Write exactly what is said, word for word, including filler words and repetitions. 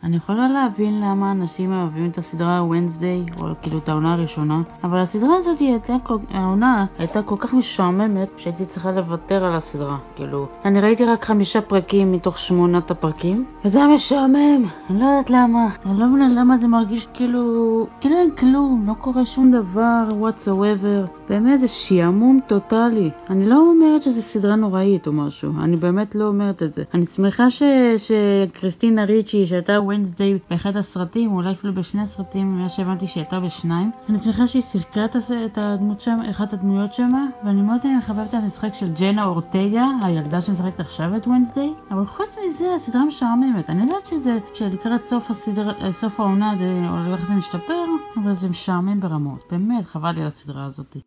אני יכולה להבין למה אנשים אוהבים את הסדרה Wednesday, או כאילו את העונה הראשונה, אבל הסדרה הזאת הייתה, העונה הייתה כל כך משעממת שהייתי צריכה לוותר על הסדרה. כאילו, אני ראיתי רק חמישה פרקים מתוך שמונת הפרקים, וזה היה משעמם. אני לא יודעת למה. אני לא מבינה למה זה מרגיש כאילו, כאילו אין כלום, לא קורה שום דבר, whatsoever. באמת זה שיעמום טוטלי. אני לא אומרת שזו סדרה נוראית או משהו. אני באמת לא אומרת את זה. אני שמחה ש... שקריסטינה ריצ'י, שהייתה Wednesday באחד הסרטים, אולי אפילו בשני הסרטים, מה שהבנתי שהייתה בשניים. אני שמחה שהיא שיחקה את הדמות שם, אחת הדמויות שם, ואני מאוד חבבת את המשחק של ג'נה אורטגה, הילדה שמשחקת עכשיו את Wednesday. אבל חוץ מזה, הסדרה משעממת. אני יודעת שזה, שלקראת סוף הסדרה, סוף העונה זה הולך ומשתפר, אבל זה משעמם ברמות. באמת, חבל לי על הסדרה הזאת.